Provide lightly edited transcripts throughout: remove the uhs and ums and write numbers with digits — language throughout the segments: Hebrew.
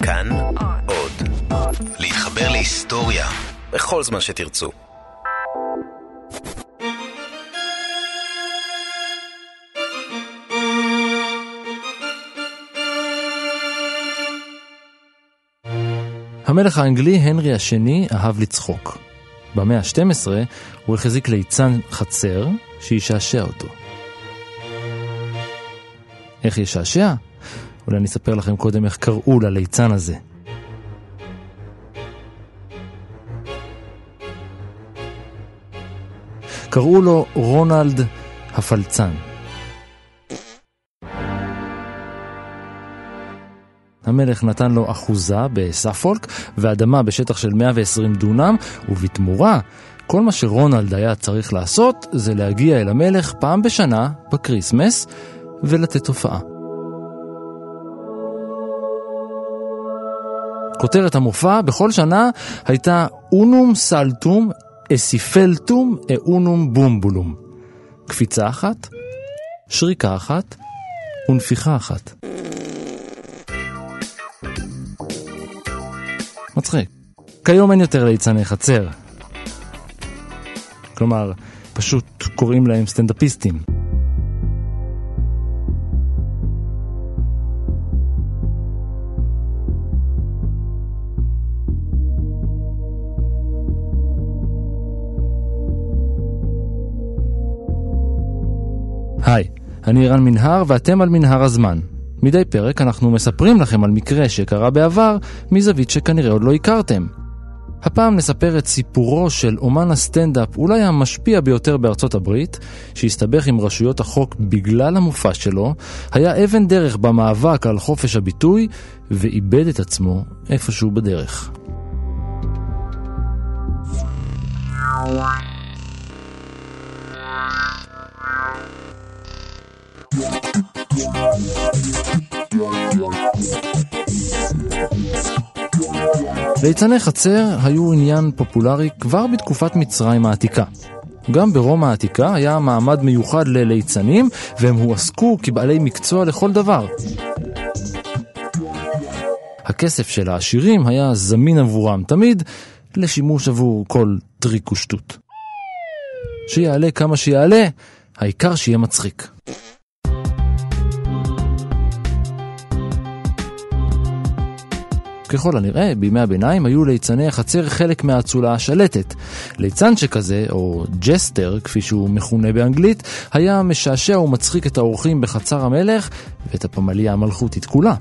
כאן עוד. להתחבר להיסטוריה בכל זמן שתרצו. המלך האנגלי הנרי השני אהב לצחוק. במאה ה-12 הוא החזיק ליצן חצר שישעשע אותו. איך ישעשע? אולי אני אספר לכם קודם איך קראו לליצן הזה. קראו לו רונלד הפלצן. המלך נתן לו אחוזה בספולק ואדמה בשטח של 120 דונם, ובתמורה כל מה שרונלד היה צריך לעשות זה להגיע אל המלך פעם בשנה בקריסמס ולתת הופעה. כותרת המופע בכל שנה הייתה אונום סלטום אסיפלטום אונום בומבולום. קפיצה אחת, שריקה אחת ונפיחה אחת. מצחיק. כיום אין יותר ליצני חצר. כלומר, פשוט קוראים להם סטנדאפיסטים. היי, אני אירן מנהר ואתם על מנהר הזמן. מדי פרק אנחנו מספרים לכם על מקרה שקרה בעבר מזווית שכנראה עוד לא הכרתם. הפעם נספר את סיפורו של אומן הסטנדאפ אולי המשפיע ביותר בארצות הברית, שהסתבך עם רשויות החוק בגלל המופע שלו, היה אבן דרך במאבק על חופש הביטוי ואיבד את עצמו איפשהו בדרך. ליצני חצר היו עניין פופולרי כבר בתקופת מצרים העתיקה. גם ברומא העתיקה היה מעמד מיוחד לליצנים, והם הועסקו כבעלי מקצוע לכל דבר. הכסף של העשירים היה זמין עבורם תמיד לשימוש עבור כל טריק ושטות. שיעלה כמה שיעלה, העיקר שיהיה מצחיק. ככל הנראה, בימי הביניים היו ליצני החצר חלק מהאצולה השלטת. ליצן שכזה, או ג'סטר, כפי שהוא מכונה באנגלית, היה משעשע ומצחיק את האורחים בחצר המלך ואת הפמליה המלכותית כולה.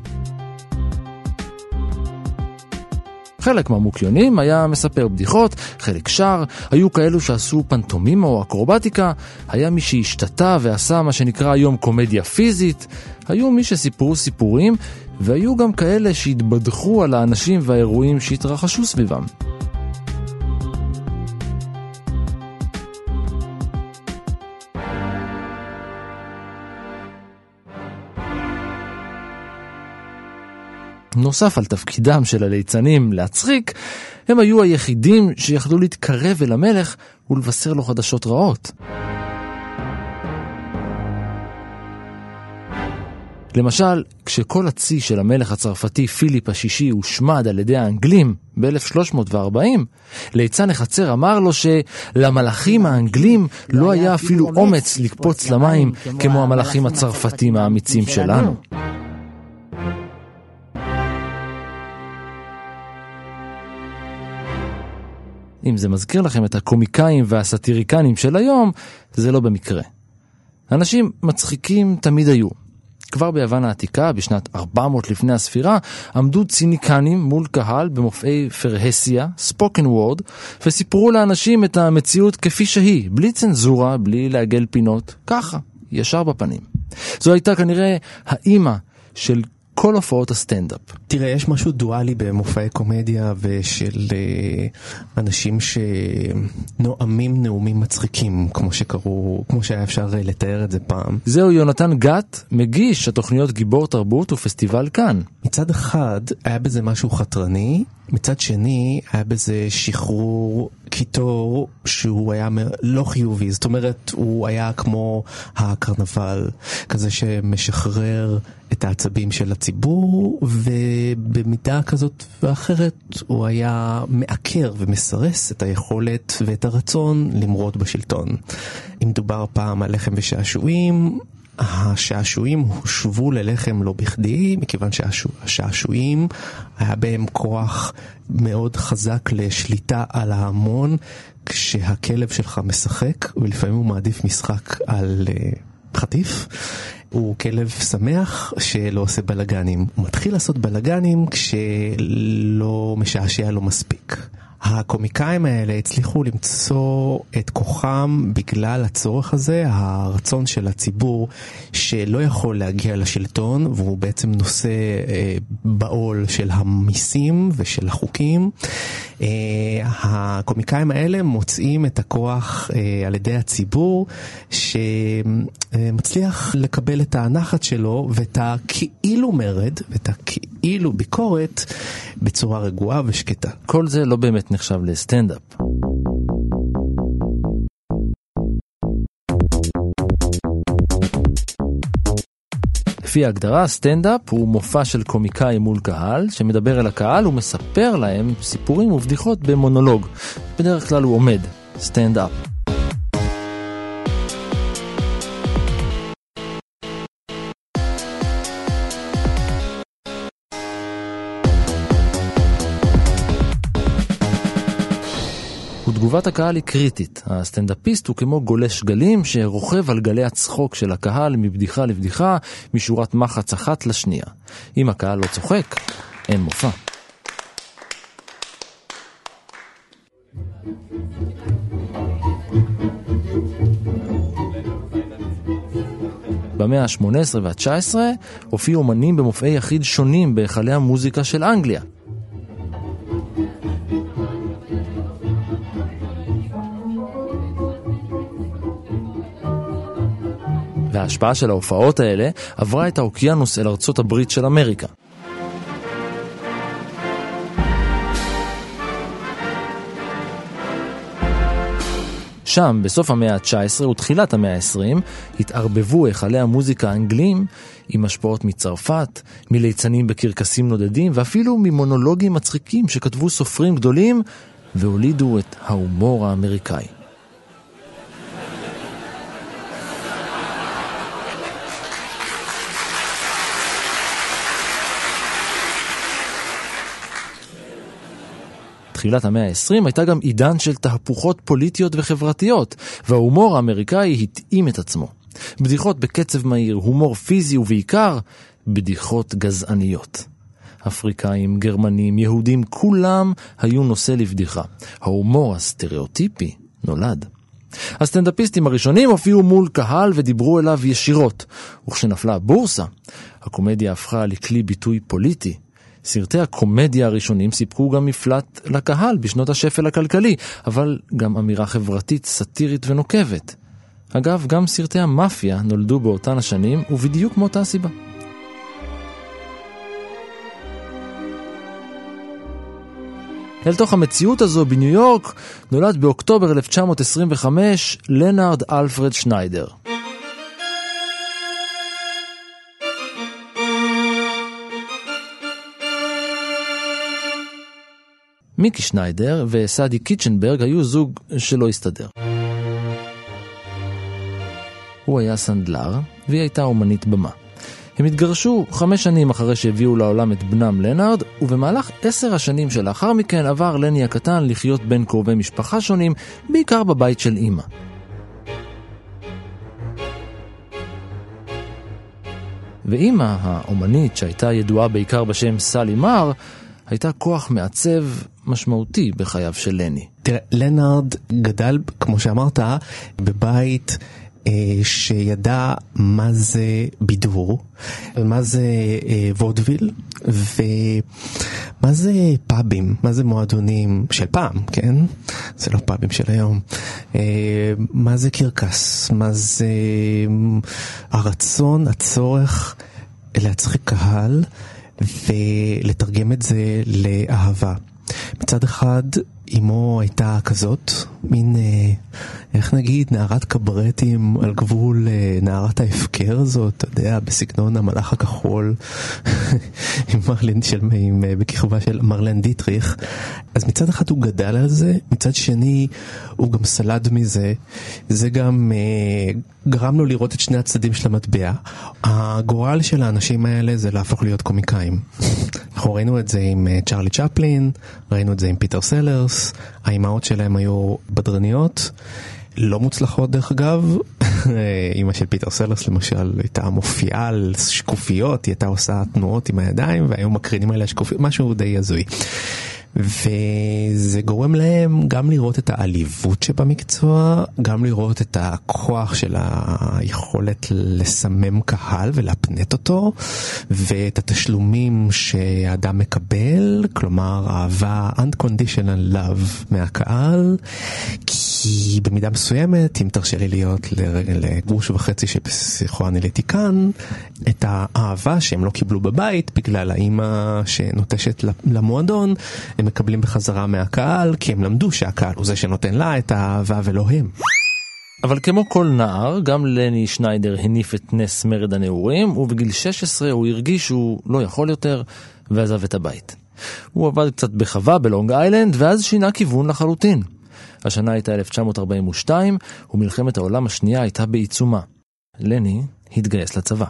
חלק מהמוקיונים היה מספר בדיחות, חלק שר, היו כאלו שעשו פנטומימה או אקרובטיקה, היה מי שהשתתה ועשה מה שנקרא היום קומדיה פיזית, היו מי שסיפרו סיפורים, והיו גם כאלה שהתבדחו על האנשים והאירועים שהתרחשו סביבם. נוסף על תפקידם של הליצנים להצחיק, הם היו היחידים שיכלו להתקרב אל המלך ולבשר לו חדשות רעות. למשל, כשכל הצי של המלך הצרפתי פיליפ השישי הושמד על ידי האנגלים ב-1340, ליצן החצר אמר לו שלמלאכים האנגלים לא היה אפילו אומץ לקפוץ למים כמו המלאכים הצרפתים האמיצים שלנו. אם זה מזכיר לכם את הקומיקאים והסטיריקנים של היום, זה לא במקרה. אנשים מצחיקים תמיד היו. כבר ביוון העתיקה, בשנת 400 לפני הספירה, עמדו ציניקנים מול קהל במופעי פרהסיה, ספוקן וורד, וסיפרו לאנשים את המציאות כפי שהיא, בלי צנזורה, בלי לעגל פינות, ככה, ישר בפנים. זו הייתה כנראה האימא של כל הופעות הסטנדאפ. תראה, יש משהו דואלי במופעי קומדיה ושל אנשים שנואמים נאומים מצחיקים, כמו שהיה אפשר לתאר את זה פעם. זהו יונתן גת, מגיש התוכניות גיבור תרבות ופסטיבל כאן. מצד אחד היה בזה משהו חתרני, מצד שני היה בזה שחרור קיטור שהוא היה לא חיובי, זאת אומרת הוא היה כמו הקרנבל, כזה שמשחרר את העצבים של הציבור, ובמידה כזאת ואחרת הוא היה מעקר ומסרס את היכולת ואת הרצון למרוד בשלטון. אם דובר פעם על לחם ושעשועים, השעשועים הושבו ללחם לא בכדי, מכיוון שהשעשועים היה בהם כוח מאוד חזק לשליטה על ההמון, כשהכלב שלך משחק, ולפעמים הוא מעדיף משחק על חטיף, הוא כלב שמח שלא עושה בלגנים. הוא מתחיל לעשות בלגנים כשלא משעשע לו מספיק. הקומיקאים האלה הצליחו למצוא את כוחם בגלל הצורך הזה, הרצון של הציבור שלא יכול להגיע לשלטון, והוא בעצם נושא בעול של המיסים ושל החוקים. הקומיקאים האלה מוצאים את הכוח על ידי הציבור שמצליח לקבל את הנחת שלו ואת הכאילו מרד ואת הכאילו ביקורת בצורה רגועה ושקטה. כל זה לא באמת נחשב לסטנדאפ. לפי ההגדרה, סטנדאפ הוא מופע של קומיקאי מול קהל, שמדבר אל הקהל ומספר להם סיפורים ובדיחות במונולוג. בדרך כלל הוא עומד, סטנדאפ. ותגובת הקהל היא קריטית. הסטנדאפיסט הוא כמו גולש גלים שרוכב על גלי הצחוק של הקהל מבדיחה לבדיחה, משורת מחץ אחת לשנייה. אם הקהל לא צוחק, אין מופע. במאה ה-18 וה-19 הופיעו אומנים במופעי יחיד שונים בהיכלי המוזיקה של אנגליה. וההשפעה של ההופעות האלה עברה את האוקיינוס אל ארצות הברית של אמריקה. שם, בסוף המאה ה-19 ותחילת המאה ה-20, התערבבו היכלי המוזיקה האנגליים עם השפעות מצרפת, מליצנים בקרקסים נודדים, ואפילו ממונולוגים מצחיקים שכתבו סופרים גדולים והולידו את ההומור האמריקאי. בתחילת המאה ה-20 הייתה גם עידן של תהפוכות פוליטיות וחברתיות, וההומור האמריקאי התאים את עצמו. בדיחות בקצב מהיר, הומור פיזי ובעיקר בדיחות גזעניות. אפריקאים, גרמנים, יהודים, כולם היו נושא לבדיחה. ההומור הסטריאוטיפי נולד. הסטנדאפיסטים הראשונים הופיעו מול קהל ודיברו אליו ישירות. וכשנפלה הבורסה, הקומדיה הפכה לכלי ביטוי פוליטי. סרטי הקומדיה הראשונים סיפקו גם מפלט לקהל בשנות השפל הכלכלי, אבל גם אמירה חברתית, סטירית ונוקבת. אגב, גם סרטי המאפיה נולדו באותן השנים, ובדיוק מאותה סיבה. אל תוך המציאות הזו בניו יורק נולד באוקטובר 1925 לנארד אלפרד שניידר. מיקי שניידר וסאדי קיצ'נברג היו זוג שלא הסתדר. הוא היה סנדלר והיא הייתה אומנית במה. הם התגרשו 5 שנים אחרי שהביאו לעולם את בנם לנארד, ובמהלך 10 השנים שלאחר מכן עבר לני הקטן לחיות בין קרובי משפחה שונים, בעיקר בבית של אמא. ואמא, האומנית שהייתה ידועה בעיקר בשם סלי מר, הייתה כוח מעצב משמעותי בחייו של לני. תראה, לנארד גדל, כמו שאמרת, בבית שידע מה זה בידור, מה זה וודוויל, ומה זה פאבים, מה זה מועדונים של פעם, כן? זה לא פאבים של היום. מה זה קרקס, מה זה הרצון, הצורך להצחיק קהל, ולתרגם את זה לאהבה. מצד אחד, אמו הייתה כזאת, מין, איך נגיד, נערת קברטים על גבול נערת ההפקר הזאת, אתה יודע, בסגנון המלאך הכחול, בכיכובה של מרלן דיטריך. אז מצד אחד הוא גדל על זה, מצד שני הוא גם סלד מזה, זה גם גרם לו לראות את שני הצדדים של המטבע. הגורל של האנשים האלה זה להפוך להיות קומיקאים. אנחנו ראינו את זה עם צ'רלי צ'פלין, ראינו את זה עם פיטר סלרס, האימהות שלהם היו בדרניות, לא מוצלחות דרך אגב. אמא של פיטר סלרס למשל הייתה מופיעה על שקופיות, היא הייתה עושה תנועות עם הידיים והיו מקרינים עליה שקופיות, משהו די הזוי. וזה גורם להם גם לראות את העליבות שבמקצוע, גם לראות את הכוח של היכולת לסמם קהל ולהפנט אותו, ואת התשלומים שהאדם מקבל, כלומר אהבה unconditional love מהקהל, כי במידה מסוימת, אם תרשה לי להיות לגרוש וחצי שבפסיכואנליטי כאן, את האהבה שהם לא קיבלו בבית בגלל האמא שנוטשת למועדון, הם מקבלים בחזרה מהקהל, כי הם למדו שהקהל הוא זה שנותן לה את האהבה ולא הם. אבל כמו כל נער, גם לני שניידר הניף את נס מרד הנעורים, ובגיל 16 הוא הרגיש שהוא לא יכול יותר, ועזב את הבית. הוא עבד קצת בחווה בלונג איילנד, ואז שינה כיוון לחלוטין. השנה הייתה 1942, ומלחמת העולם השנייה הייתה בעיצומה. לני התגייס לצבא.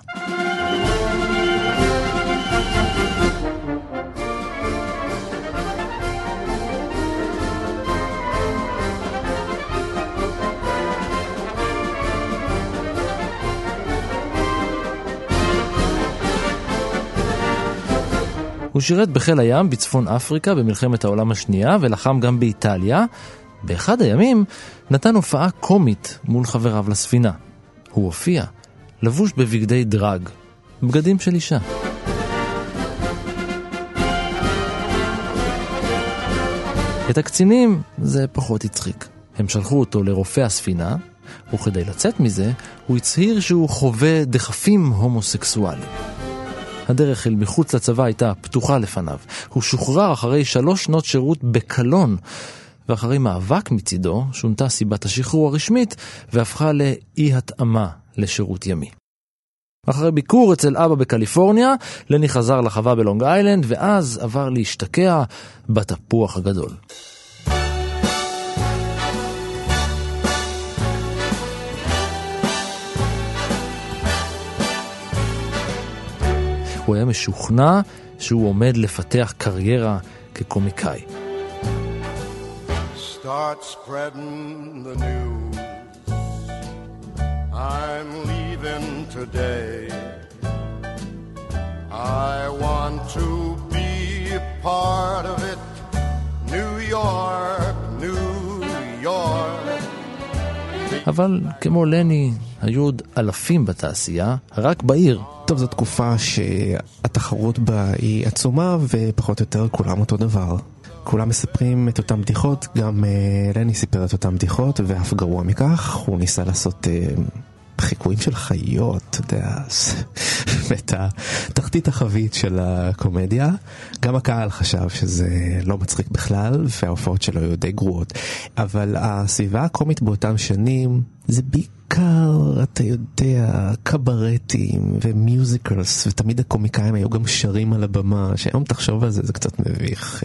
הוא שירת בחיל הים בצפון אפריקה במלחמת העולם השנייה, ולחם גם באיטליה. באחד הימים נתן הופעה קומית מול חבריו לספינה. הוא הופיע לבוש בבגדי דרג, בגדים של אישה. את הקצינים זה פחות הצחיק. הם שלחו אותו לרופא הספינה, וכדי לצאת מזה הוא הצהיר שהוא חווה דחפים הומוסקסואליים. הדרך אל מחוץ לצבא הייתה פתוחה לפניו. הוא שוחרר אחרי 3 שנות שירות בקלון, ואחרי מאבק מצידו שונתה סיבת השחרור הרשמית והפכה לאי התאמה לשירות ימי. אחרי ביקור אצל אבא בקליפורניה, לני חזר לחווה בלונג איילנד, ואז עבר להשתקע בתפוח הגדול. הוא היה משוכנע שהוא עומד לפתח קריירה כקומיקאי. Start spreading the news. I'm leaving today. I want to be a part of it. New York, New York. אבל כמו לני, היו עוד אלפים בתעשייה, רק בעיר. טוב, זו תקופה שהתחרות בה היא עצומה, ופחות או יותר כולם אותו דבר. כולם מספרים את אותם בדיחות, גם לני סיפר את אותם בדיחות, ואף גרוע מכך, הוא ניסה לעשות חיקויים של חיות, אתה יודע, את התחתית החבית של הקומדיה. גם הקהל חשב שזה לא מצחיק בכלל, וההופעות שלו היו די גרועות. אבל הסביבה הקומית באותם שנים, זה בעיקר, אתה יודע, קברטים ומיוזיקלס, ותמיד הקומיקאים היו גם שרים על הבמה, שהיום תחשוב על זה, זה קצת מביך.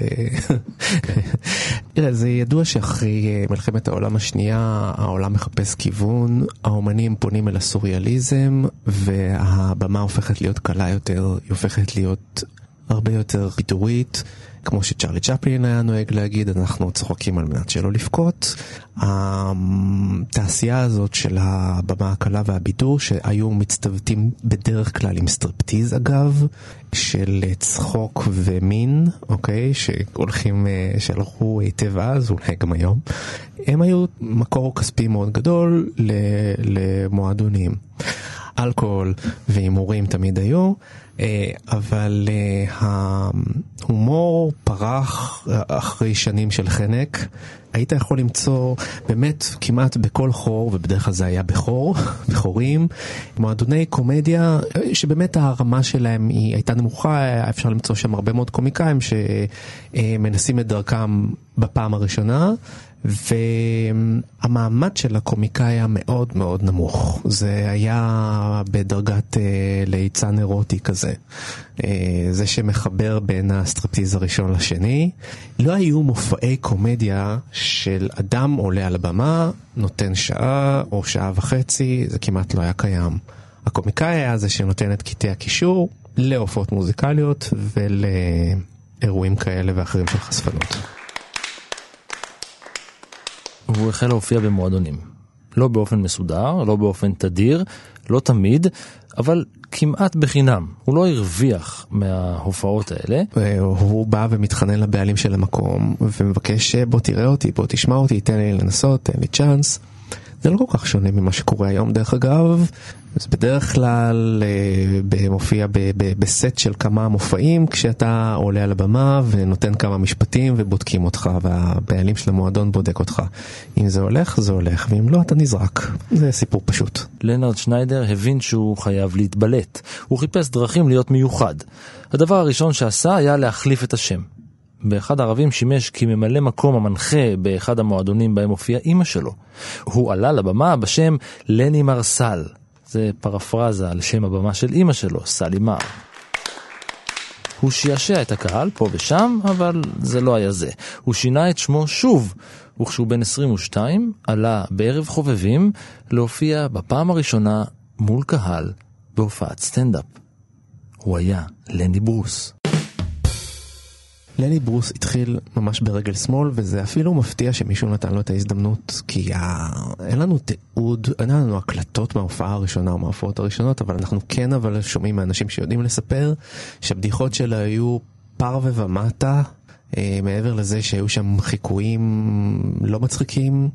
זה ידוע שאחרי מלחמת העולם השנייה, העולם מחפש כיוון, האומנים פונים אל הסוריאליזם, והבמה הופכת להיות קלה יותר, היא הופכת להיות הרבה יותר בידורית, כמו שצ'רלי צ'פלין היה נוהג להגיד, אנחנו צוחקים על מנת שלא לבכות. התעשייה הזאת של הבמה הקלה והבידור, שהיו מצטוותים בדרך כלל עם סטריפטיז אגב, של צחוק ומין, אוקיי, שהלכו היטב אז, אולי גם היום, הם היו מקור כספי מאוד גדול למועדונים. אלכוהול והימורים תמיד היו, אבל ההומור פרח רך אחרי שנים של חנק, היית יכול למצוא באמת כמעט בכל חור, ובדרך כלל זה היה בחורים, מועדוני קומדיה שבאמת הרמה שלהם היא הייתה נמוכה, אפשר למצוא שם הרבה מאוד קומיקאים שמנסים את דרכם בפעם הראשונה, והמעמד של הקומיקאי היה מאוד מאוד נמוך. זה היה בדרגת ליצן אירוטי כזה. זה שמחבר בין הסטריפטיז הראשון לשני. לא היו מופעי קומדיה של אדם עולה על הבמה, נותן שעה או שעה וחצי, זה כמעט לא היה קיים. הקומיקאי היה זה שנותן את קטעי הקישור להופעות מוזיקליות ולאירועים כאלה ואחרים של חשפנות. הוא החל להופיע במועדונים. לא באופן מסודר, לא באופן תדיר, לא תמיד, אבל כמעט בחינם. הוא לא הרוויח מההופעות האלה. הוא בא ומתחנן לבעלים של המקום, ומבקש בוא תראה אותי, בוא תשמע אותי, תן לי לנסות, תן לי צ'אנס. זה לא כל כך שונה ממה שקורה היום דרך אגב. זה בדרך כלל מופיע בסט של כמה מופעים, כשאתה עולה על הבמה ונותן כמה משפטים ובודקים אותך, והבעלים של המועדון בודק אותך. אם זה הולך, זה הולך, ואם לא, אתה נזרק. זה סיפור פשוט. לנרד שניידר הבין שהוא חייב להתבלט. הוא חיפש דרכים להיות מיוחד. הדבר הראשון שעשה היה להחליף את השם. באחד הערבים שימש כממלא מקום המנחה באחד המועדונים בהם הופיע אמא שלו. הוא עלה לבמה בשם לני מרסל. זה פרפרזה על שם הבמה של אמא שלו, סלי מר. הוא שישע את הקהל פה ושם, אבל זה לא היה זה. הוא שינה את שמו שוב, וכשהוא בן 22 עלה בערב חובבים להופיע בפעם הראשונה מול קהל בהופעת סטנדאפ. הוא היה לני ברוס. לני ברוס התחיל ממש ברגל שמאל, וזה אפילו מפתיע שמישהו נתן לו את ההזדמנות, כי אין לנו תיעוד, אין לנו הקלטות מההופעה הראשונה או מההופעות הראשונות, אבל אנחנו כן שומעים מאנשים שיודעים לספר שהבדיחות שלה היו פרווה ומטה, מעבר לזה שהיו שם חיקויים לא מצחיקים,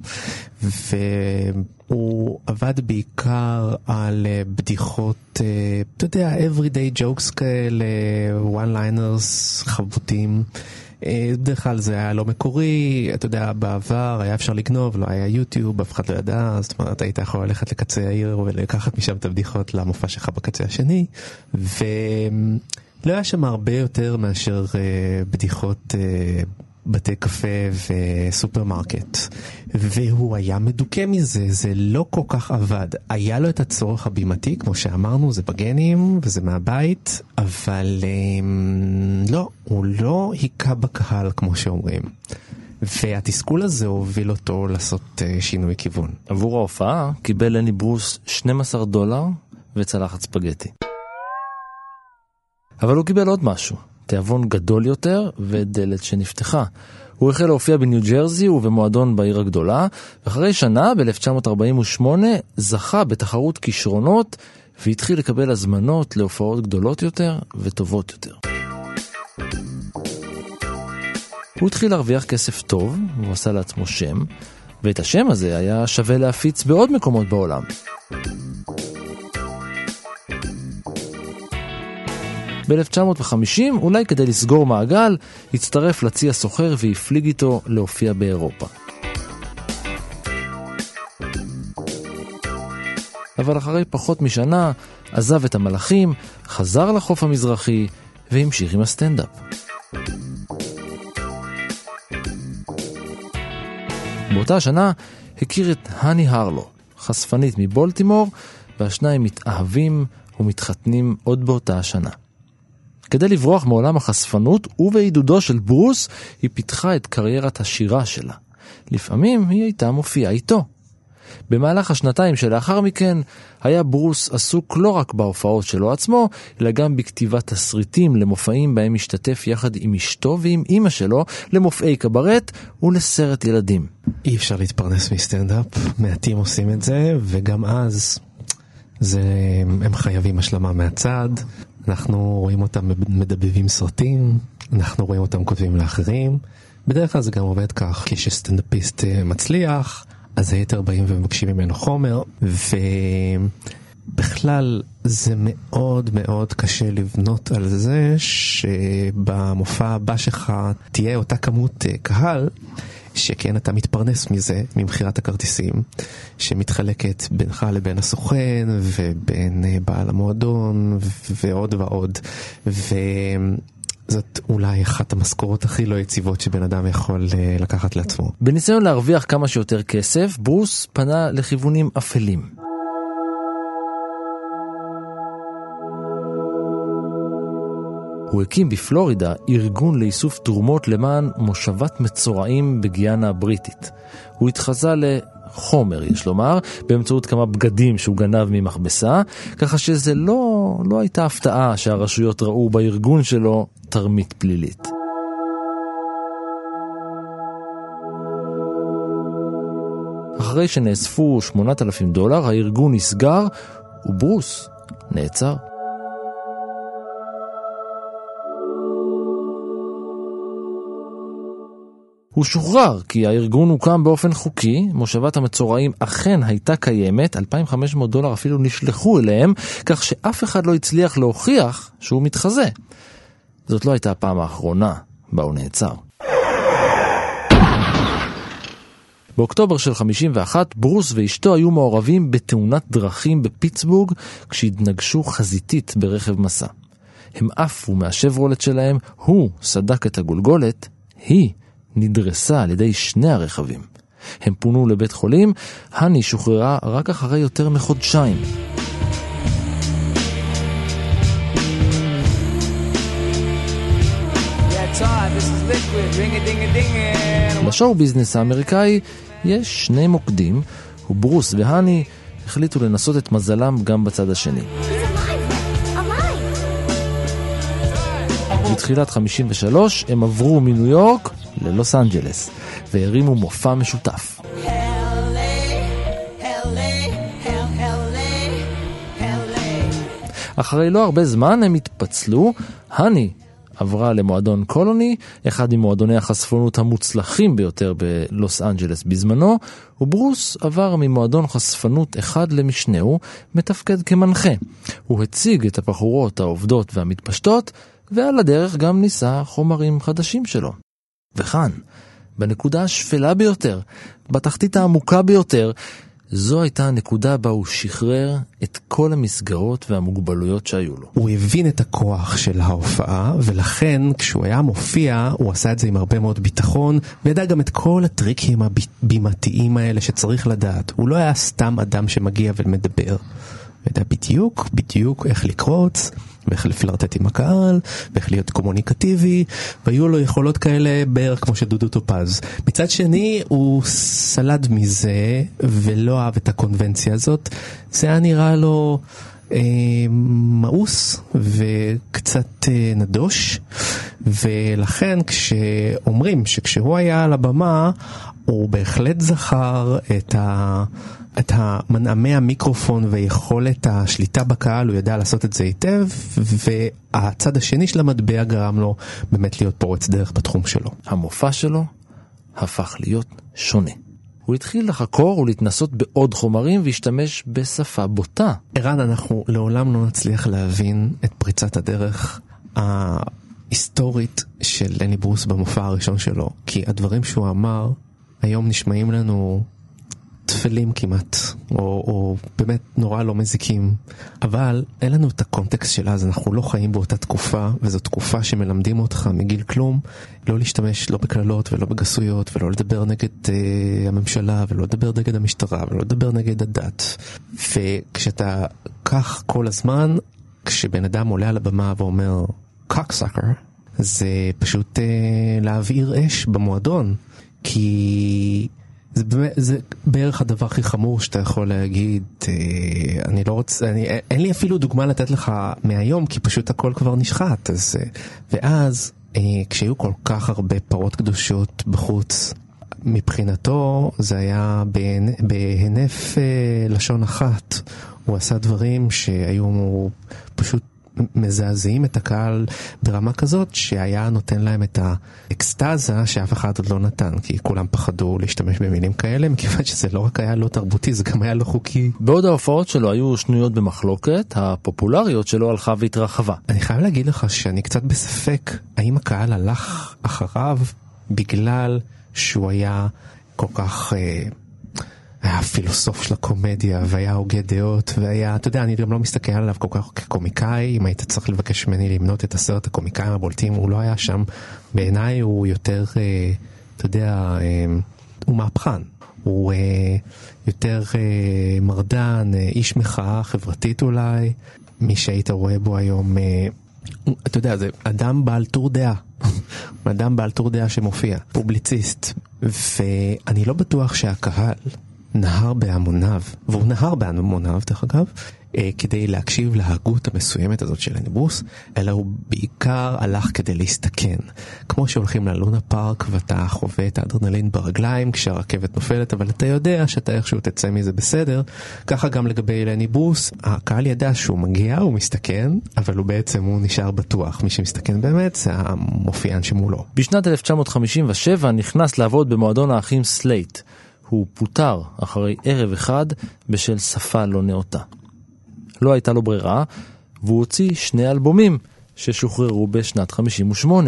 והוא עבד בעיקר על בדיחות, אתה יודע, everyday jokes כאלה, one-liners חבוטים. בדרך כלל זה היה לא מקורי, אתה יודע, בעבר היה אפשר לגנוב, לא היה יוטיוב, אף אחד לא ידע, זאת אומרת, היית יכול ללכת לקצה העיר ולקחת משם את הבדיחות למופע שלך בקצה השני, לא היה שם הרבה יותר מאשר בדיחות בתי קפה וסופרמרקט. והוא היה מדוכא מזה, זה לא כל כך עבד. היה לו את הצורך הבימתי, כמו שאמרנו, זה בגנים וזה מהבית, אבל לא, הוא לא היכה בקהל כמו שאומרים. והתסכול הזה הוביל אותו לעשות שינוי כיוון. עבור ההופעה קיבל לני ברוס $12 וצלחת ספגטי. אבל הוא קיבל עוד משהו, תיאבון גדול יותר ודלת שנפתחה. הוא החל להופיע בניו ג'רזי ובמועדון בעיר הגדולה, ואחרי שנה, ב-1948, זכה בתחרות כישרונות, והתחיל לקבל הזמנות להופעות גדולות יותר וטובות יותר. הוא התחיל להרוויח כסף טוב, הוא עשה לעצמו שם, ואת השם הזה היה שווה להפיץ בעוד מקומות בעולם. ב-1950, אולי כדי לסגור מעגל, הצטרף לצי הסוחר והפליג איתו להופיע באירופה. אבל אחרי פחות משנה, עזב את המלאכים, חזר לחוף המזרחי והמשיך עם הסטנדאפ. באותה שנה הכיר את הני הרלו, חשפנית מבולטימור, והשניים מתאהבים ומתחתנים עוד באותה השנה. כדי לברוח מעולם החשפנות ובעידודו של ברוס, היא פיתחה את קריירת השירה שלה. לפעמים היא הייתה מופיעה איתו. במהלך השנתיים שלאחר מכן, היה ברוס עסוק לא רק בהופעות שלו עצמו, אלא גם בכתיבת תסריטים למופעים בהם השתתף יחד עם אשתו ועם אמא שלו, למופעי קברט ולסרט ילדים. אי אפשר להתפרנס מסטנדאפ, מעטים עושים את זה, וגם אז הם חייבים השלמה מהצד. אנחנו רואים אותם מדבבים סרטים, אנחנו רואים אותם כותבים לאחרים. בדרך כלל זה גם עובד כך, כשסטנדאפיסט מצליח, אז היתר באים ומבקשים ממנו חומר, בכלל זה מאוד מאוד קשה לבנות על זה שבמופע הבא שלך תהיה אותה כמות קהל, שכן אתה מתפרנס מזה, ממחירת הכרטיסים, שמתחלקת בינך לבין הסוכן ובין בעל המועדון ועוד ועוד, זאת אולי אחת המשכורות הכי לא יציבות שבן אדם יכול לקחת לעצמו. בניסיון להרוויח כמה שיותר כסף, ברוס פנה לכיוונים אפלים. הוא הקים בפלורידה ארגון לאיסוף תרומות למען מושבת מצורעים בגיאנה הבריטית. הוא התחזה לחומר, יש לומר, באמצעות כמה בגדים שהוא גנב ממכבסה, ככה שזה לא הייתה הפתעה שהרשויות ראו בארגון שלו תרמית פלילית. אחרי שנאספו $8,000, הארגון נסגר וברוס נעצר. הוא שוחרר כי הארגון הוקם באופן חוקי, מושבת המצורעים אכן הייתה קיימת, $2,500 אפילו נשלחו אליהם, כך שאף אחד לא הצליח להוכיח שהוא מתחזה. זאת לא הייתה הפעם האחרונה בה הוא נעצר. באוקטובר של 51, ברוס ואשתו היו מעורבים בתאונת דרכים בפיטסבורג, כשהתנגשו חזיתית ברכב מסע. הם עפו מהשברולט שלהם, הוא סדק את הגולגולת, היא נדרסה על ידי שני הרכבים. הם פונו לבית חולים, הני שוחררה רק אחרי יותר מחודשיים. בשואו ביזנס האמריקאי יש שני מוקדים, וברוס והני החליטו לנסות את מזלם גם בצד השני. בתחילת 53 הם עברו מניו יורק ללוס אנג'לס והרימו מופע משותף. אחרי לא הרבה זמן הם התפצלו. הני עברה למועדון קולוני, אחד ממועדוני החשפנות המוצלחים ביותר בלוס אנג'לס בזמנו, וברוס עבר ממועדון חשפנות אחד למשנהו, מתפקד כמנחה. הוא הציג את הבחורות העובדות והמתפשטות, ועל הדרך גם ניסה חומרים חדשים שלו. וכאן, בנקודה השפלה ביותר, בתחתית העמוקה ביותר, זו הייתה הנקודה בה הוא שחרר את כל המסגרות והמוגבלויות שהיו לו. הוא הבין את הכוח של ההופעה, ולכן כשהוא היה מופיע, הוא עשה את זה עם הרבה מאוד ביטחון, וידע גם את כל הטריקים הבימתיים האלה שצריך לדעת. הוא לא היה סתם אדם שמגיע ומדבר. הוא ידע בדיוק איך לקרוץ, ואיך לפלרטט עם הקהל, ואיך להיות קומוניקטיבי, והיו לו יכולות כאלה בערך כמו שדודו טופז. מצד שני, הוא סלד מזה, ולא אהב את הקונבנציה הזאת. זה היה נראה לו מאוס, וקצת נדוש, ולכן כשאומרים שכשהוא היה על הבמה, הוא בהחלט זכר את המנעמי המיקרופון ויכולת השליטה בקהל, הוא ידע לעשות את זה היטב, והצד השני של המטבע גרם לו באמת להיות פורץ דרך בתחום שלו. המופע שלו הפך להיות שונה. הוא התחיל לחקור ולהתנסות בעוד חומרים והשתמש בשפה בוטה. ערן, אנחנו לעולם לא נצליח להבין את פריצת הדרך ההיסטורית של לני ברוס במופע הראשון שלו, כי הדברים שהוא אמר היום נשמעים לנו תפלים כמעט, או באמת נורא לא מזיקים, אבל אין לנו את הקונטקסט של אז, אנחנו לא חיים באותה תקופה, וזו תקופה שמלמדים אותך מגיל כלום, לא להשתמש לא בכללות ולא בגסויות, ולא לדבר נגד הממשלה, ולא לדבר נגד המשטרה, ולא לדבר נגד הדת. וכשאתה כך כל הזמן, כשבן אדם עולה על הבמה ואומר cocksucker, זה פשוט להבעיר אש במועדון, כי זה בערך הדבר הכי חמור שאתה יכול להגיד. אני לא רוצה, אין לי אפילו דוגמה לתת לך מהיום, כי פשוט הכל כבר נשחט. ואז כשהיו כל כך הרבה פרות קדושות בחוץ, מבחינתו זה היה בהנף לשון אחת. הוא עשה דברים שהיו פשוט מזעזעים את הקהל ברמה כזאת שהיה נותן להם את האקסטאזה שאף אחד עוד לא נתן, כי כולם פחדו להשתמש במילים כאלה, מכיוון שזה לא רק היה לא תרבותי, זה גם היה לא חוקי. בעוד ההופעות שלו היו שנויות במחלוקת, הפופולריות שלו הלכה והתרחבה. אני חייב להגיד לך שאני קצת בספק האם הקהל הלך אחריו בגלל שהוא היה כל כך... היה פילוסוף של הקומדיה, והיה הוגה דעות, והיה, אתה יודע, אני גם לא מסתכל עליו כל כך כקומיקאי, אם היית צריך לבקש ממני למנות את 10 הקומיקאים הבולטים, הוא לא היה שם. בעיניי הוא יותר, אתה יודע, הוא מהפכן. הוא יותר מרדן, איש מחאה חברתית אולי, מי שהיית רואה בו היום, אתה יודע, זה אדם בעל טור דעה. אדם בעל טור דעה שמופיע, פובליציסט. ואני לא בטוח שהקהל נהר בהמוניו, והוא נהר בהמוניו דרך אגב, כדי להקשיב להגות המסוימת הזאת של לני ברוס, אלא הוא בעיקר הלך כדי להסתכן. כמו שהולכים ללונה פארק ואתה חווה את האדרנלין ברגליים כשהרכבת נופלת, אבל אתה יודע שאתה איכשהו תצא מזה בסדר. ככה גם לגבי לני ברוס, הקהל ידע שהוא מגיע, הוא מסתכן, אבל הוא בעצם הוא נשאר בטוח. מי שמסתכן באמת זה המופיען שמולו. בשנת 1957 נכנס לעבוד במועדון האחים סלייט. הוא פוטר אחרי ערב אחד בשל שפה לא נאותה. לא הייתה לו ברירה, והוא הוציא 2 אלבומים ששוחררו בשנת 58.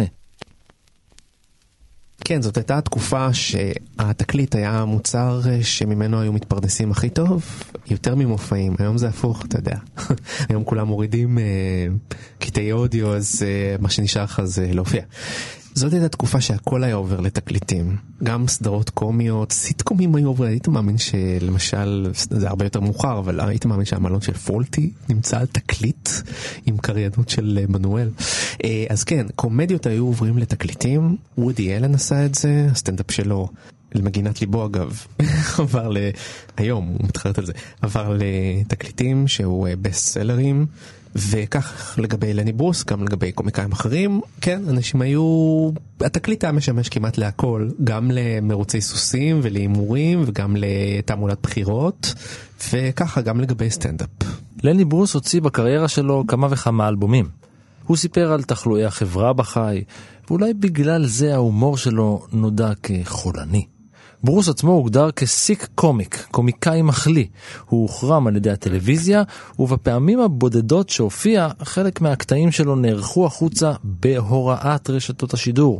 כן, זאת הייתה התקופה שהתקליט היה המוצר שממנו היו מתפרנסים הכי טוב, יותר ממופעים. היום זה הפוך, אתה יודע. היום כולם מורידים קטעי אודיו, אז מה שנשאר לך זה להופיע. זאת הייתה תקופה שהכל היה עובר לתקליטים. גם סדרות קומיות, סיטקומים היו עוברים. היית מאמין שלמשל, זה הרבה יותר מאוחר, אבל היית מאמין שהמלון של פולטי נמצא על תקליט עם קריינות של מנואל. אז כן, קומדיות היו עוברים לתקליטים. וודי אלן עשה את זה, הסטנדאפ שלו, למגינת ליבו אגב, עבר היום, הוא מתחרט על זה, עבר לתקליטים שהוא בסט סלרים, וכך לגבי לני ברוס, גם לגבי קומיקאים אחרים, כן, אנשים היו, התקליט היה משמש כמעט להכל, גם למרוצי סוסים ולאימורים, וגם לתעמולת בחירות, וככה גם לגבי סטנדאפ. לני ברוס הוציא בקריירה שלו כמה וכמה אלבומים. הוא סיפר על תחלואי החברה בחי, ואולי בגלל זה ההומור שלו נודע כחולני. ברוס עצמו הוגדר כסיק קומיק, קומיקאי מחלי. הוא הוחרם על ידי הטלוויזיה, ובפעמים הבודדות שהופיע, חלק מהקטעים שלו נערכו החוצה בהוראת רשתות השידור.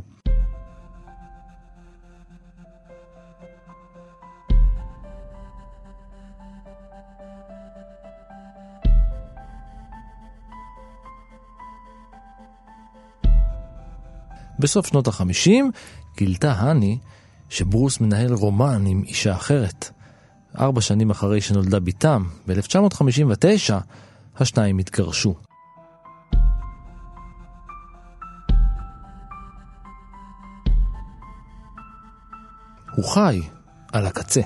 בסוף שנות ה-50 גילתה הני שברוס מנהל רומן עם אישה אחרת. 4 שנים אחרי שנולדה ביתם, ב-1959, השניים התגרשו. הוא חי על הקצה.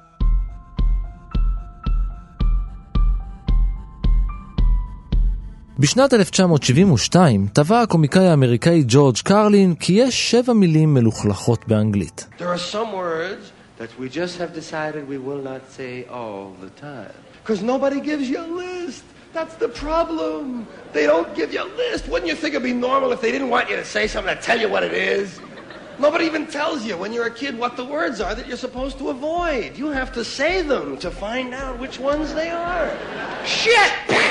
בשנת 1972 טבע הקומיקאי האמריקאי ג'ורג' קרלין כי יש 7 מילים מלוכלכות באנגלית. There are some words that we just have decided we will not say all the time. Because nobody gives you a list. That's the problem. They don't give you a list. Wouldn't you think it'd be normal if they didn't want you to say something to tell you what it is? Nobody even tells you when you're a kid what the words are that you're supposed to avoid. You have to say them to find out which ones they are. Shit!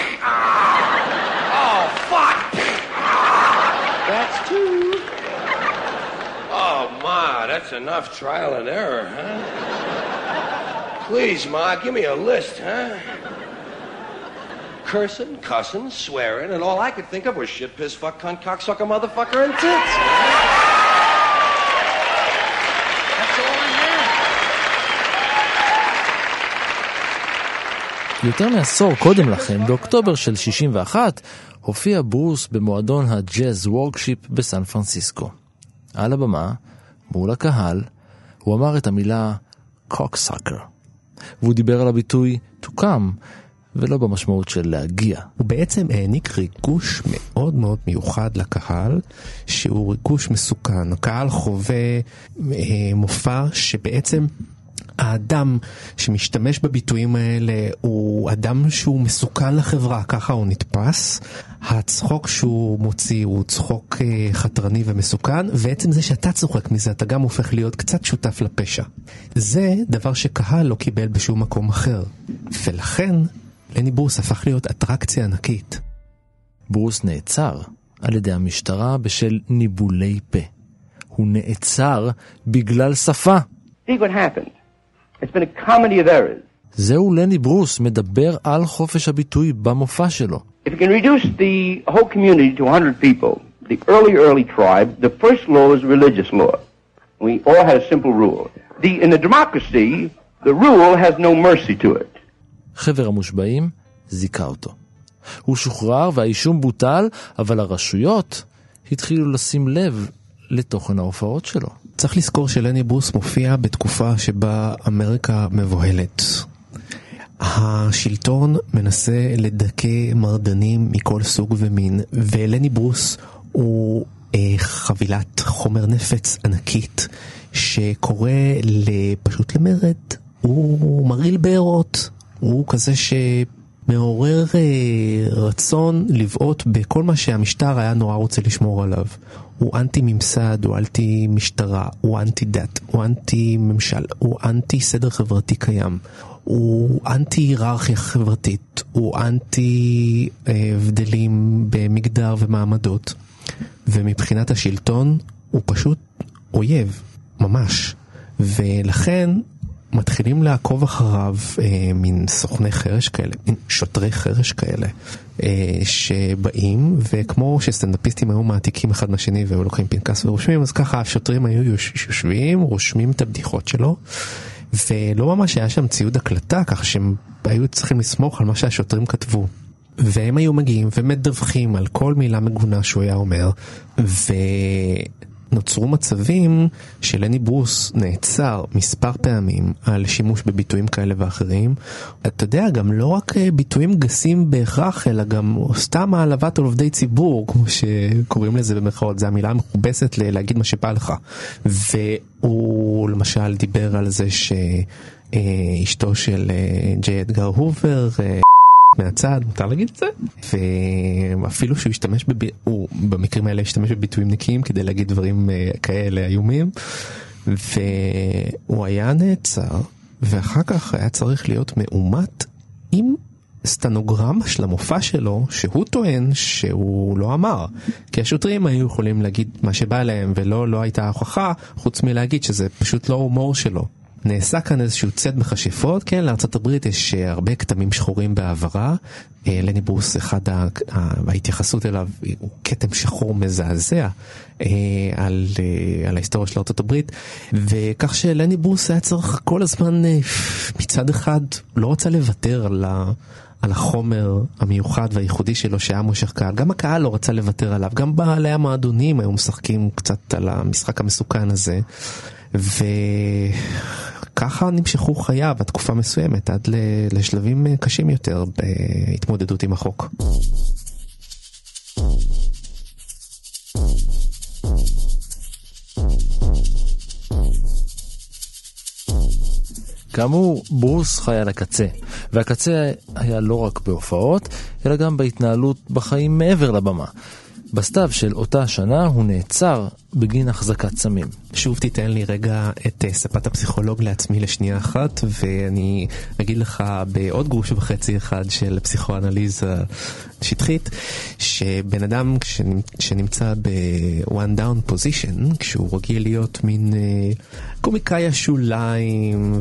Oh, fuck! That's 2. Oh, Ma, that's enough trial and error, huh? Please, Ma, give me a list, huh? Cursing, cussing, swearing, and all I could think of was shit, piss, fuck, cunt, cocksucker, motherfucker, and tits. That's all I had. יותר מעשור קודם לכן, באוקטובר של 61, הופיע ברוס במועדון הג'אז וורקשיפ בסן פרנסיסקו. על הבמה, מול הקהל, הוא אמר את המילה cocksucker, והוא דיבר על הביטוי to come, ולא במשמעות של להגיע. הוא בעצם העניק ריגוש מאוד מאוד מיוחד לקהל, שהוא ריגוש מסוכן. הקהל חווה מופע שבעצם האדם שמשתמש בביטויים האלה הוא אדם שהוא מסוכן לחברה, ככה הוא נתפס. הצחוק שהוא מוציא הוא צחוק חתרני ומסוכן, ועצם זה שאתה צוחק מזה, אתה גם הופך להיות קצת שותף לפשע. זה דבר שקהל לא קיבל בשום מקום אחר. ולכן, לני ברוס הפך להיות אטרקציה ענקית. ברוס נעצר על ידי המשטרה בשל ניבולי פה. הוא נעצר בגלל שפה. See what happened. It's been a comedy of errors. זהו לני ברוס מדבר על חופש הביטוי במופע שלו. If you can reduce the whole community to 100 people, the early tribe, the first law is religious law. We all had a simple rule. In a democracy, the rule has no mercy to it. חבר המושבעים זיקה אותו. הוא שוחרר והאישום בוטל, אבל הרשויות התחילו לשים לב לתוכן ההופעות שלו. צריך לזכור שלני ברוס מופיע בתקופה שבה אמריקה מבוהלת. השלטון מנסה לדכא מרדנים מכל סוג ומין, ולני ברוס הוא חבילת חומר נפץ ענקית שקורא פשוט למרד. הוא מרעיל בארות, הוא כזה שמעורר רצון לבעוט בכל מה שהמשטר היה נורא רוצה לשמור עליו. הוא אנטי ממסד, הוא אנטי משטרה, הוא אנטי דת, הוא אנטי ממשל, הוא אנטי סדר חברתי קיים, הוא אנטי היררכיה חברתית, הוא אנטי הבדלים במגדר ומעמדות, ומבחינת השלטון הוא פשוט אויב, ממש. ולכן מתחילים לעקוב אחריו מין סוכני חרש כאלה, מין שוטרי חרש כאלה, שבאים, וכמו שסטנדאפיסטים היו מעתיקים אחד מהשני והיו לוקחים פנקס ורושמים, אז ככה השוטרים היו יושבים, רושמים את הבדיחות שלו, ולא ממש היה שם ציוד הקלטה, כך שהם היו צריכים לסמוך על מה שהשוטרים כתבו. והם היו מגיעים ומדווחים על כל מילה מגונה שהוא היה אומר, ונוצרו מצבים שלני ברוס נעצר מספר פעמים על שימוש בביטויים כאלה ואחרים. אתה יודע, גם לא רק ביטויים גסים בהכרח, אלא גם סתם העלבת עובדי ציבור, כמו שקוראים לזה במרכאות, זה המילה המכובסת להגיד מה שבא לך. והוא למשל דיבר על זה שאשתו של ג'יי אדגר הובר מהצד, מותר להגיד את זה? ואפילו שהוא השתמש הוא במקרים האלה השתמש בביטויים נקיים כדי להגיד דברים כאלה איומים, והוא היה נעצר, ואחר כך היה צריך להיות מאומת עם סטנוגרמה של המופע שלו, שהוא טוען שהוא לא אמר, כי השוטרים היו יכולים להגיד מה שבא להם, ולא הייתה הוכחה, חוץ מלהגיד שזה פשוט לא הומור שלו. נעשה כאן איזשהו צד מכשפות, כן, לארצות הברית יש הרבה כתמים שחורים בעברה, לני ברוס, ההתייחסות אליו הוא כתם שחור מזעזע על ההיסטוריה של ארצות הברית, וכך שלני ברוס היה צריך כל הזמן, מצד אחד לא רוצה לוותר על החומר המיוחד והייחודי שלו שהיה מושך קהל, גם הקהל לא רצה לוותר עליו, גם בעלי המועדונים היו משחקים קצת על המשחק המסוכן הזה, וככה נמשכו חייו בתקופה מסוימת עד לשלבים קשים יותר בהתמודדות עם החוק. כאמור, ברוס חי על הקצה, והקצה היה לא רק בהופעות, אלא גם בהתנהלות בחיים מעבר לבמה. בסתיו של אותה שנה הוא נעצר בגין החזקת סמים. שוב תיתן לי רגע את ספת הפסיכולוג לעצמי לשנייה אחת, ואני אגיד לך בעוד גרוש וחצי אחד של פסיכואנליזה שטחית, שבן אדם שנמצא ב-one down position, כשהוא רגיל להיות מין קומיקאי השוליים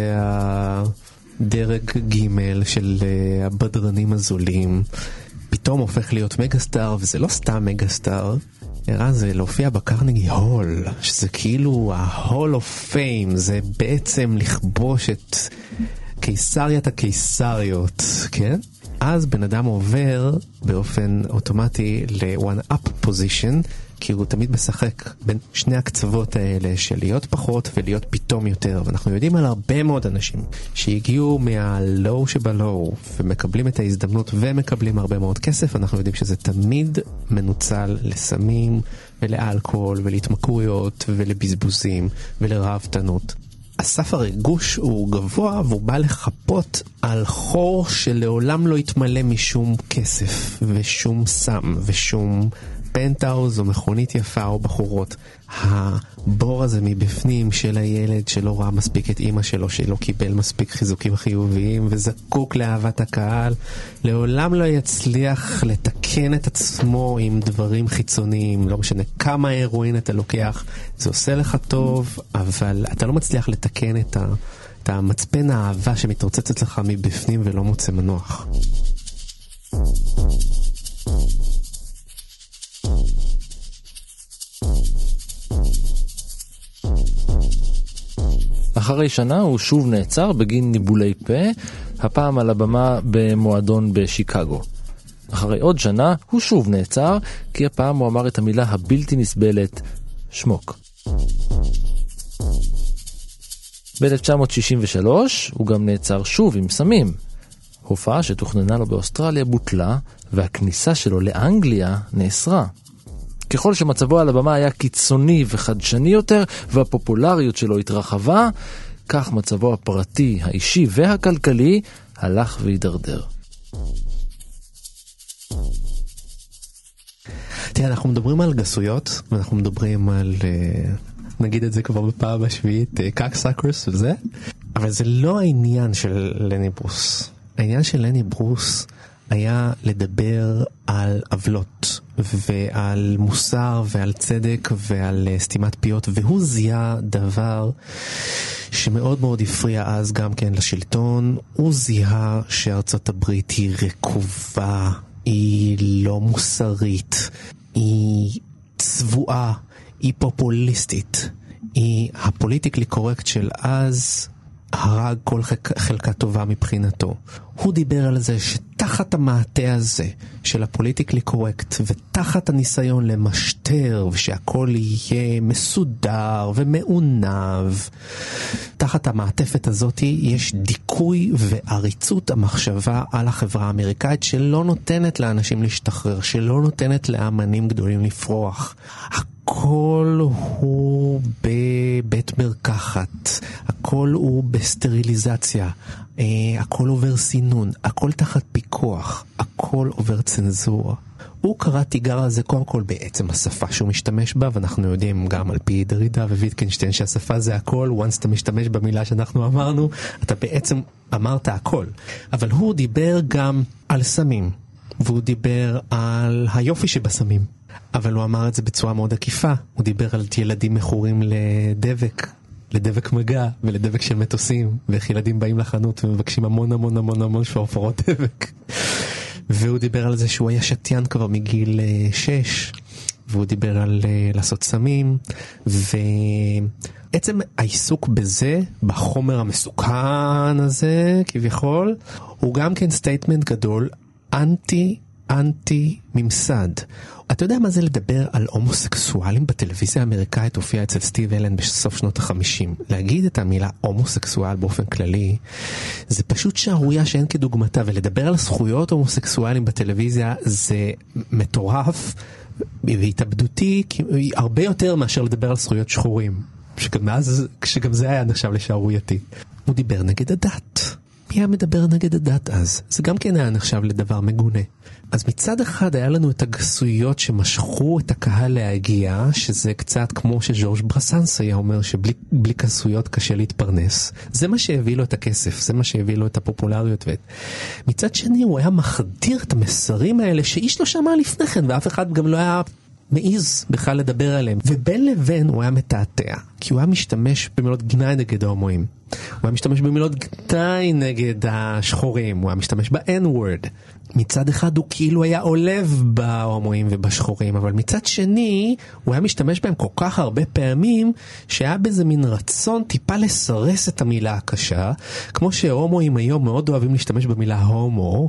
והדרג ג' של הבדרנים הזולים, פתאום הופך להיות מגסטאר, וזה לא סתם מגסטאר, הראה זה להופיע בקרנגי הול, שזה כאילו ה-Hall of Fame, זה בעצם לכבוש את קיסריית הקיסריות, כן? אז בן אדם עובר באופן אוטומטי ל-one-up position, כי הוא תמיד משחק בין שני הקצוות האלה של להיות פחות ולהיות פתאום יותר. ואנחנו יודעים על הרבה מאוד אנשים שהגיעו מהלואו שבלואו ומקבלים את ההזדמנות ומקבלים הרבה מאוד כסף. אנחנו יודעים שזה תמיד מנוצל לסמים ולאלכוהול ולהתמכרויות ולבזבוזים ולרעבתנות. הסף הריגוש הוא גבוה, והוא בא לחפות על חור שלעולם לא יתמלא משום כסף, ושום סם, ושום פנטאוז, או מכונית יפה, או בחורות. הבור הזה מבפנים של הילד שלא ראה מספיק את אמא שלו, שלא קיבל מספיק חיזוקים חיוביים, וזקוק לאהבת הקהל, לעולם לא יצליח לתקן את עצמו עם דברים חיצוניים, לא משנה כמה הרואין אתה לוקח, זה עושה לך טוב, אבל אתה לא מצליח לתקן את המצפן האהבה שמתרוצצת לך מבפנים ולא מוצא מנוח. אחרי שנה הוא שוב נעצר בגין ניבולי פה, הפעם על הבמה במועדון בשיקגו. אחרי עוד שנה הוא שוב נעצר, כי הפעם הוא אמר את המילה הבלתי נסבלת, שמוק. ב-1963 הוא גם נעצר שוב עם סמים. הופעה שתוכננה לו באוסטרליה בוטלה, והכניסה שלו לאנגליה נאסרה. ככל שמצבו על הבמה היה קיצוני וחדשני יותר, והפופולריות שלו התרחבה, כך מצבו הפרטי, האישי והכלכלי הלך והידרדר. תראה, אנחנו מדברים על גסויות, ואנחנו מדברים על, נגיד את זה כבר בפעם השביעית, קאקסאקרס וזה, אבל זה לא העניין של לני ברוס. העניין של לני ברוס היה לדבר על עוולות ועל מוסר ועל צדק ועל סתימת פיות, והוא זיהה דבר שמאוד מאוד הפריע אז גם כן לשלטון. הוא זיהה שארצות הברית היא רקובה, היא לא מוסרית, היא צבועה, היא פופוליסטית, היא הפוליטיקלי קורקט של אז הרג כל חלקה טובה מבחינתו. הוא דיבר על זה שתחת המעטה הזה של הפוליטיקלי קורקט, ותחת הניסיון למשטר ושהכל יהיה מסודר ומעונב, תחת המעטפת הזאת יש דיכוי ועריצות המחשבה על החברה האמריקאית, שלא נותנת לאנשים להשתחרר, שלא נותנת לאמנים גדולים לפרוח. הכל הוא בבית מרקחת, הכל הוא בסטריליזציה, הכל עובר סינון, הכל תחת פיקוח, הכל עובר צנזורה. הוא קרא תיגר על זה קודם כל בעצם השפה שהוא משתמש בה, ואנחנו יודעים גם על פי דרידה וויטקנשטיין שהשפה זה הכל. once אתה משתמש במילה שאנחנו אמרנו, אתה בעצם אמרת הכל. אבל הוא דיבר גם על סמים, והוא דיבר על היופי שבסמים, אבל הוא אמר את זה בצורה מאוד עקיפה. הוא דיבר על ילדים מכורים לדבק מגע ולדבק של מטוסים, ואיך ילדים באים לחנות ומבקשים המון המון המון המון שפרות דבק. והוא דיבר על זה שהוא היה שתיין כבר מגיל 6, והוא דיבר על לעשות סמים, ועצם העיסוק בזה, בחומר המסוכן הזה כביכול, הוא גם כן סטייטמנט גדול אנטי ממסד. אתה יודע מה זה לדבר על הומוסקסואלים בטלוויזיה האמריקאית? הופיע אצל סטיב אלן בסוף שנות ה-50. להגיד את המילה הומוסקסואל באופן כללי, זה פשוט שערורייה שאין כדוגמתה, ולדבר על זכויות הומוסקסואלים בטלוויזיה זה מטורף והתאבדותי הרבה יותר מאשר לדבר על זכויות שחורים, שגם זה היה נחשב לשערורייתי. הוא דיבר נגד הדת. מי היה מדבר נגד הדת אז? זה גם כן היה נחשב לדבר מגונה. אז מצד אחד היה לנו את הגסויות שמשכו את הקהל להגיע, שזה קצת כמו שז'ורג' ברסנס היה אומר שבלי גסויות קשה להתפרנס. זה מה שהביא לו את הכסף, זה מה שהביא לו את הפופולריות. מצד שני הוא היה מחדיר את המסרים האלה שאיש לא שמע לפני כן, ואף אחד גם לא היה מעיז בכלל לדבר עליהם. ובין לבין הוא היה מתעתע, כי הוא היה משתמש במילות גנאי נגד ההומואים. הוא היה משתמש במילות גנאי נגד השחורים, הוא היה משתמש ב-N-word. מצד אחד הוא כאילו היה עולב בהומואים ובשחורים, אבל מצד שני הוא היה משתמש בהם כל כך הרבה פעמים, שהיה בזה מין רצון טיפה לסרס את המילה הקשה, כמו שהומואים היום מאוד אוהבים להשתמש במילה הומו,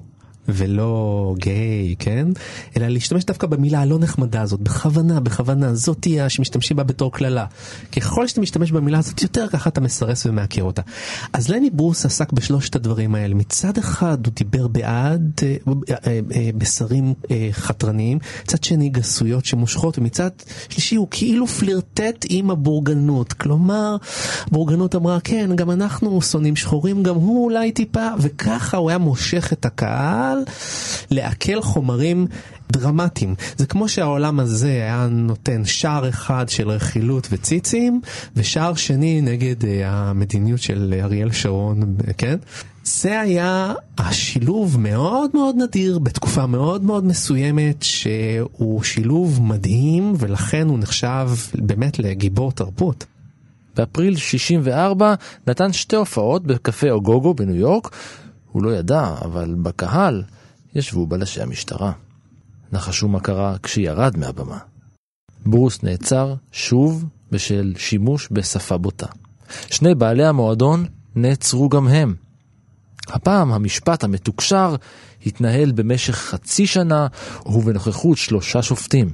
ולא גיי, כן? אלא להשתמש דווקא במילה הלא נחמדה הזאת, בכוונה, זאת תהיה שמשתמשים בה בתור כללה. ככל שאתה משתמש במילה הזאת יותר, ככה אתה מסרס ומעקר אותה. אז לני ברוס עסק בשלושת הדברים האלה. מצד אחד הוא דיבר בעד בשרים חתרניים, מצד שני גסויות שמושכות, ומצד שלישי הוא כאילו פלירטט עם הבורגנות. כלומר, בורגנות אמרה, כן, גם אנחנו שונאים שחורים, גם הוא אולי טיפה, וככה הוא היה מושך את הקהל לעכל חומרים דרמטיים. זה כמו שהעולם הזה היה נותן שער אחד של רכילות וציצים, ושער שני נגד המדיניות של אריאל שרון, כן? זה היה השילוב מאוד מאוד נדיר, בתקופה מאוד מאוד מסוימת, שהוא שילוב מדהים, ולכן הוא נחשב באמת לגיבור תרבות. באפריל 64 נתן 2 הופעות בקפה אוגוגו בניו יורק. הוא לא ידע, אבל בקהל ישבו בלשי המשטרה. נחשו מה קרה כשירד מהבמה. ברוס נעצר שוב בשל שימוש בשפה בוטה. 2 בעלי המועדון נעצרו גם הם. הפעם המשפט המתוקשר התנהל במשך 0.5 שנה, ובנוכחות 3 שופטים.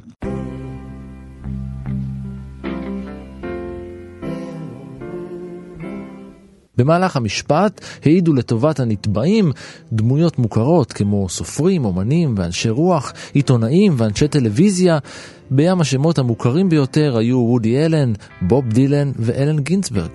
במהלך המשפט העידו לטובת הנתבעים דמויות מוכרות כמו סופרים, אומנים ואנשי רוח, עיתונאים ואנשי טלוויזיה. בים השמות המוכרים ביותר היו וודי אלן, בוב דילן ואלן גינסברג.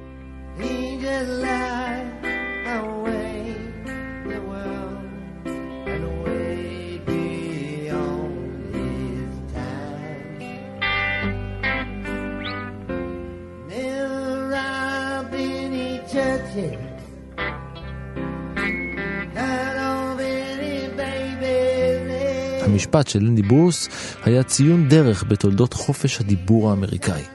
המשפט של לני ברוס היה ציון דרך בתולדות חופש הדיבור האמריקאי.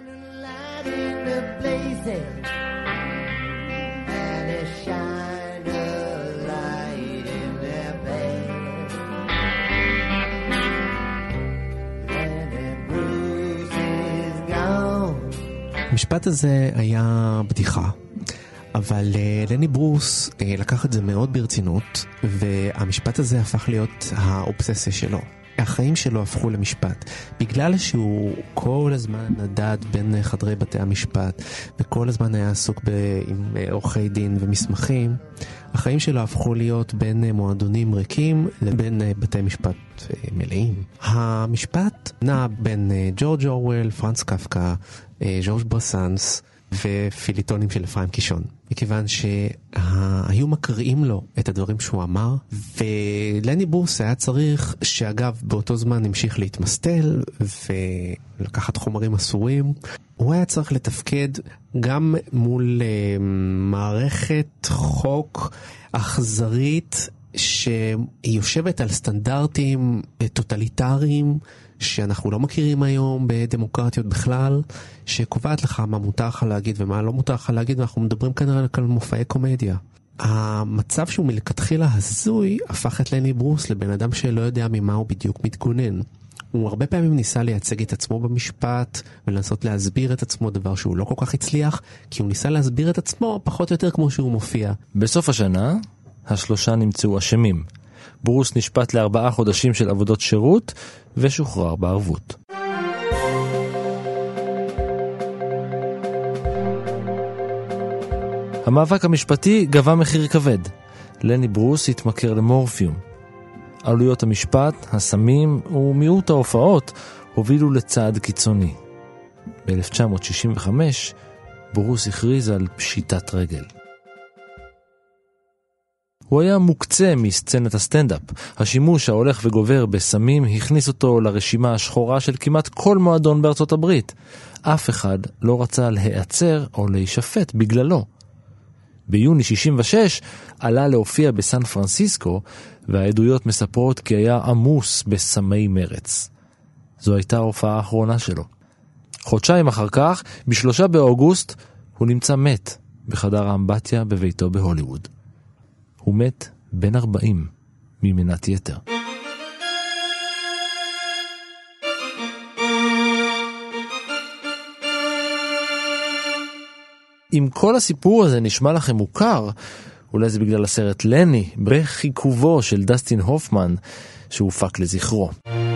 המשפט הזה היה בדיחה. אבל לני ברוס לקח את זה מאוד ברצינות, והמשפט הזה הפך להיות האובססיה שלו. החיים שלו הפכו למשפט. בגלל שהוא כל הזמן נדד בין חדרי בתי המשפט, וכל הזמן היה עסוק עם עורכי דין ומסמכים, החיים שלו הפכו להיות בין מועדונים ריקים לבין בתי משפט מלאים. המשפט נע בין ג'ורג' אורוול, פרנץ קפקא, ז'ורג' ברסנס, ופיליטונים של אפרים קישון, מכיוון שהיו מקריאים לו את הדברים שהוא אמר, ולני ברוס היה צריך, שאגב באותו זמן המשיך להתמסטל ולקחת חומרים אסורים, הוא היה צריך לתפקד גם מול מערכת חוק אכזרית שיושבת על סטנדרטים טוטליטריים שאנחנו לא מכירים היום בדמוקרטיות בכלל, שקובעת לך מה מותר לך להגיד ומה לא מותר לך להגיד, ואנחנו מדברים כנראה על מופעי קומדיה. המצב שהוא מלכתחילה הזוי הפך את לני ברוס לבן אדם שלא יודע ממה הוא בדיוק מתגונן. הוא הרבה פעמים ניסה לייצג את עצמו במשפט ולנסות להסביר את עצמו, דבר שהוא לא כל כך הצליח, כי הוא ניסה להסביר את עצמו פחות או יותר כמו שהוא מופיע. בסוף השנה 3 נמצאו אשמים. ברוס נשפט ל4 חודשים של עבודות שירות ושוחרר בערבות. המאבק המשפטי גבה מחיר כבד. לני ברוס התמכר למורפיום. עלויות המשפט, הסמים ומיעוט ההופעות הובילו לצעד קיצוני. ב-1965 ברוס הכריז על פשיטת רגל. הוא היה מוקצה מסצנת הסטנדאפ. השימוש ההולך וגובר בסמים הכניס אותו לרשימה השחורה של כמעט כל מועדון בארצות הברית. אף אחד לא רצה להיעצר או להישפט בגללו. ביוני 66 עלה להופיע בסן פרנסיסקו, והעדויות מספרות כי היה עמוס בסמי מרץ. זו הייתה ההופעה האחרונה שלו. חודשיים אחר כך, ב3 באוגוסט, הוא נמצא מת בחדר האמבטיה בביתו בהוליווד. הוא מת בן 40 ממנת יתר. אם כל הסיפור הזה נשמע לכם מוכר, אולי זה בגלל הסרט לני, בחיכובו של דסטין הופמן, שהופק לזכרו.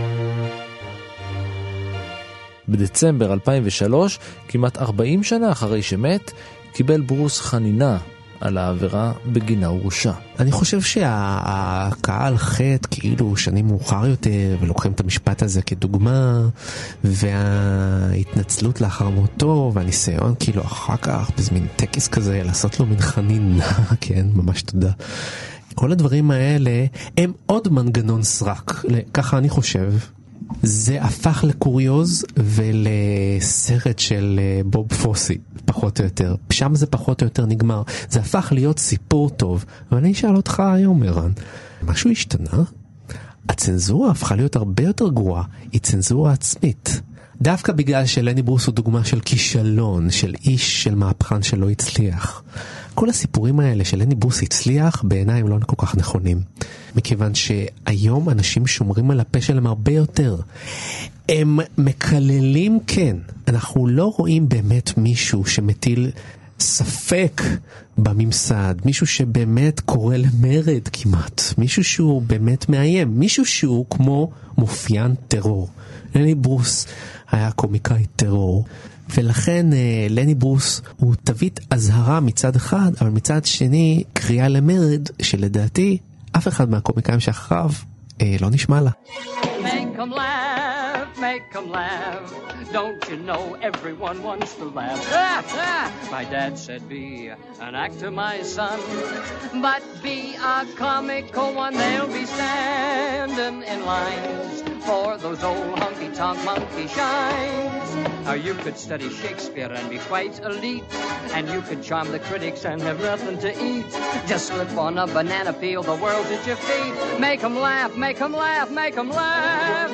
בדצמבר 2003, כמעט 40 שנה אחרי שמת, קיבל ברוס חנינה על העבירה בגינה הורשע. אני חושב שהקהל חטא כאילו שנים מאוחר יותר, ולוקחים את המשפט הזה כדוגמה, וההתנצלות לאחר מותו, והניסיון כאילו אחר כך בזמין טקס כזה, לעשות לו מין חנינה, כן, ממש תודה. כל הדברים האלה הם עוד מנגנון סרק, ככה אני חושב. זה הפך לקוריוז ולסרט של בוב פוסי, פחות או יותר. שם זה פחות או יותר נגמר. זה הפך להיות סיפור טוב. אבל אני אשאל אותך היום, ערן, משהו השתנה? הצנזורה הפכה להיות הרבה יותר גרועה. היא צנזורה עצמית. דווקא בגלל שלני ברוס הוא דוגמה של כישלון, של איש של מהפכן שלא הצליח. כל הסיפורים האלה של לני ברוס הצליח, בעיניי הם לא כל כך נכונים. מכיוון שהיום אנשים שומרים על הפה שלהם הרבה יותר. הם מקללים, כן. אנחנו לא רואים באמת מישהו שמטיל ספק בממסד, מישהו שבאמת קורא למרד כמעט, מישהו שהוא באמת מאיים, מישהו שהוא כמו מופיין טרור. לני ברוס היה קומיקאי טרור, ולכן לני ברוס הוא תווית הזהרה מצד אחד, אבל מצד שני קריאה למרד שלדעתי אף אחד מהקומיקאים שאחריו לא נשמע לה. Make 'em laugh, make 'em laugh. Don't you know everyone wants to laugh? My dad said be an actor, my son, but be a comical one. They'll be standing in lines for those old honky-tonk monkey shines. How you could study Shakespeare and be quite elite, and you could charm the critics and have nothing to eat. Just slip on a banana peel, the world's at your feet. Make 'em laugh, make 'em laugh, make 'em laugh.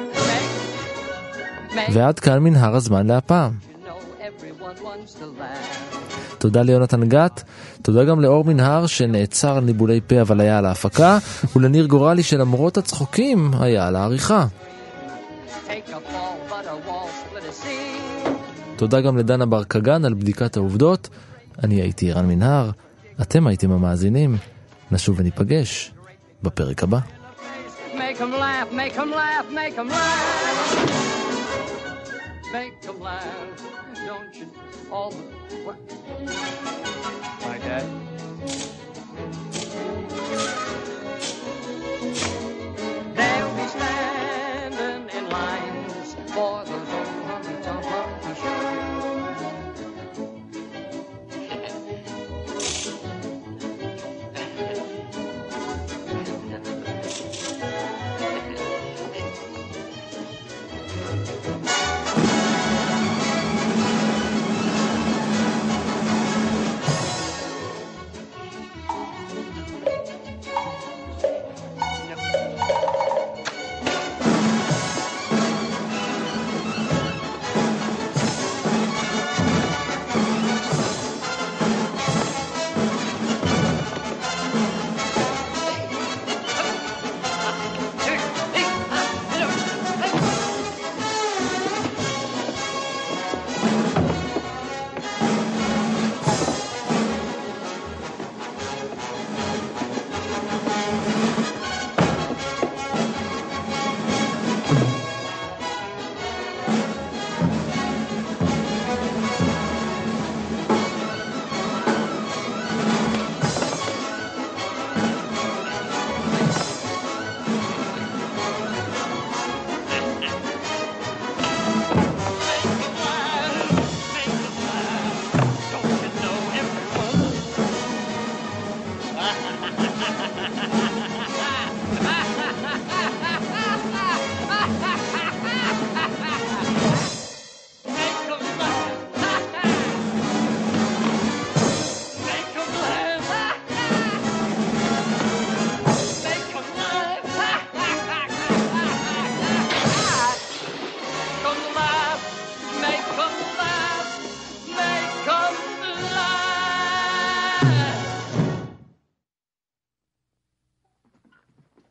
ועד כאן מנהר הזמן להפעם. תודה ליונתן גת, תודה גם לאור מנהר שנעצר על ניבולי פה אבל היה על ההפקה, ולניר גורלי שלמרות הצחוקים היה על העריכה. תודה גם לדנה ברקגן על בדיקת העובדות. אני הייתי ערן מנהר, אתם הייתם המאזינים. נשוב וניפגש בפרק הבא. Make 'em laugh, make 'em laugh, make 'em laugh. Make 'em laugh. Don't you all what? My dad. They'll be standing in lines for those old honky-tonk monkey shines.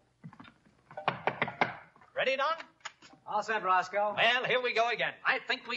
Ready, Don? All set, Roscoe. Well, here we go again. I think we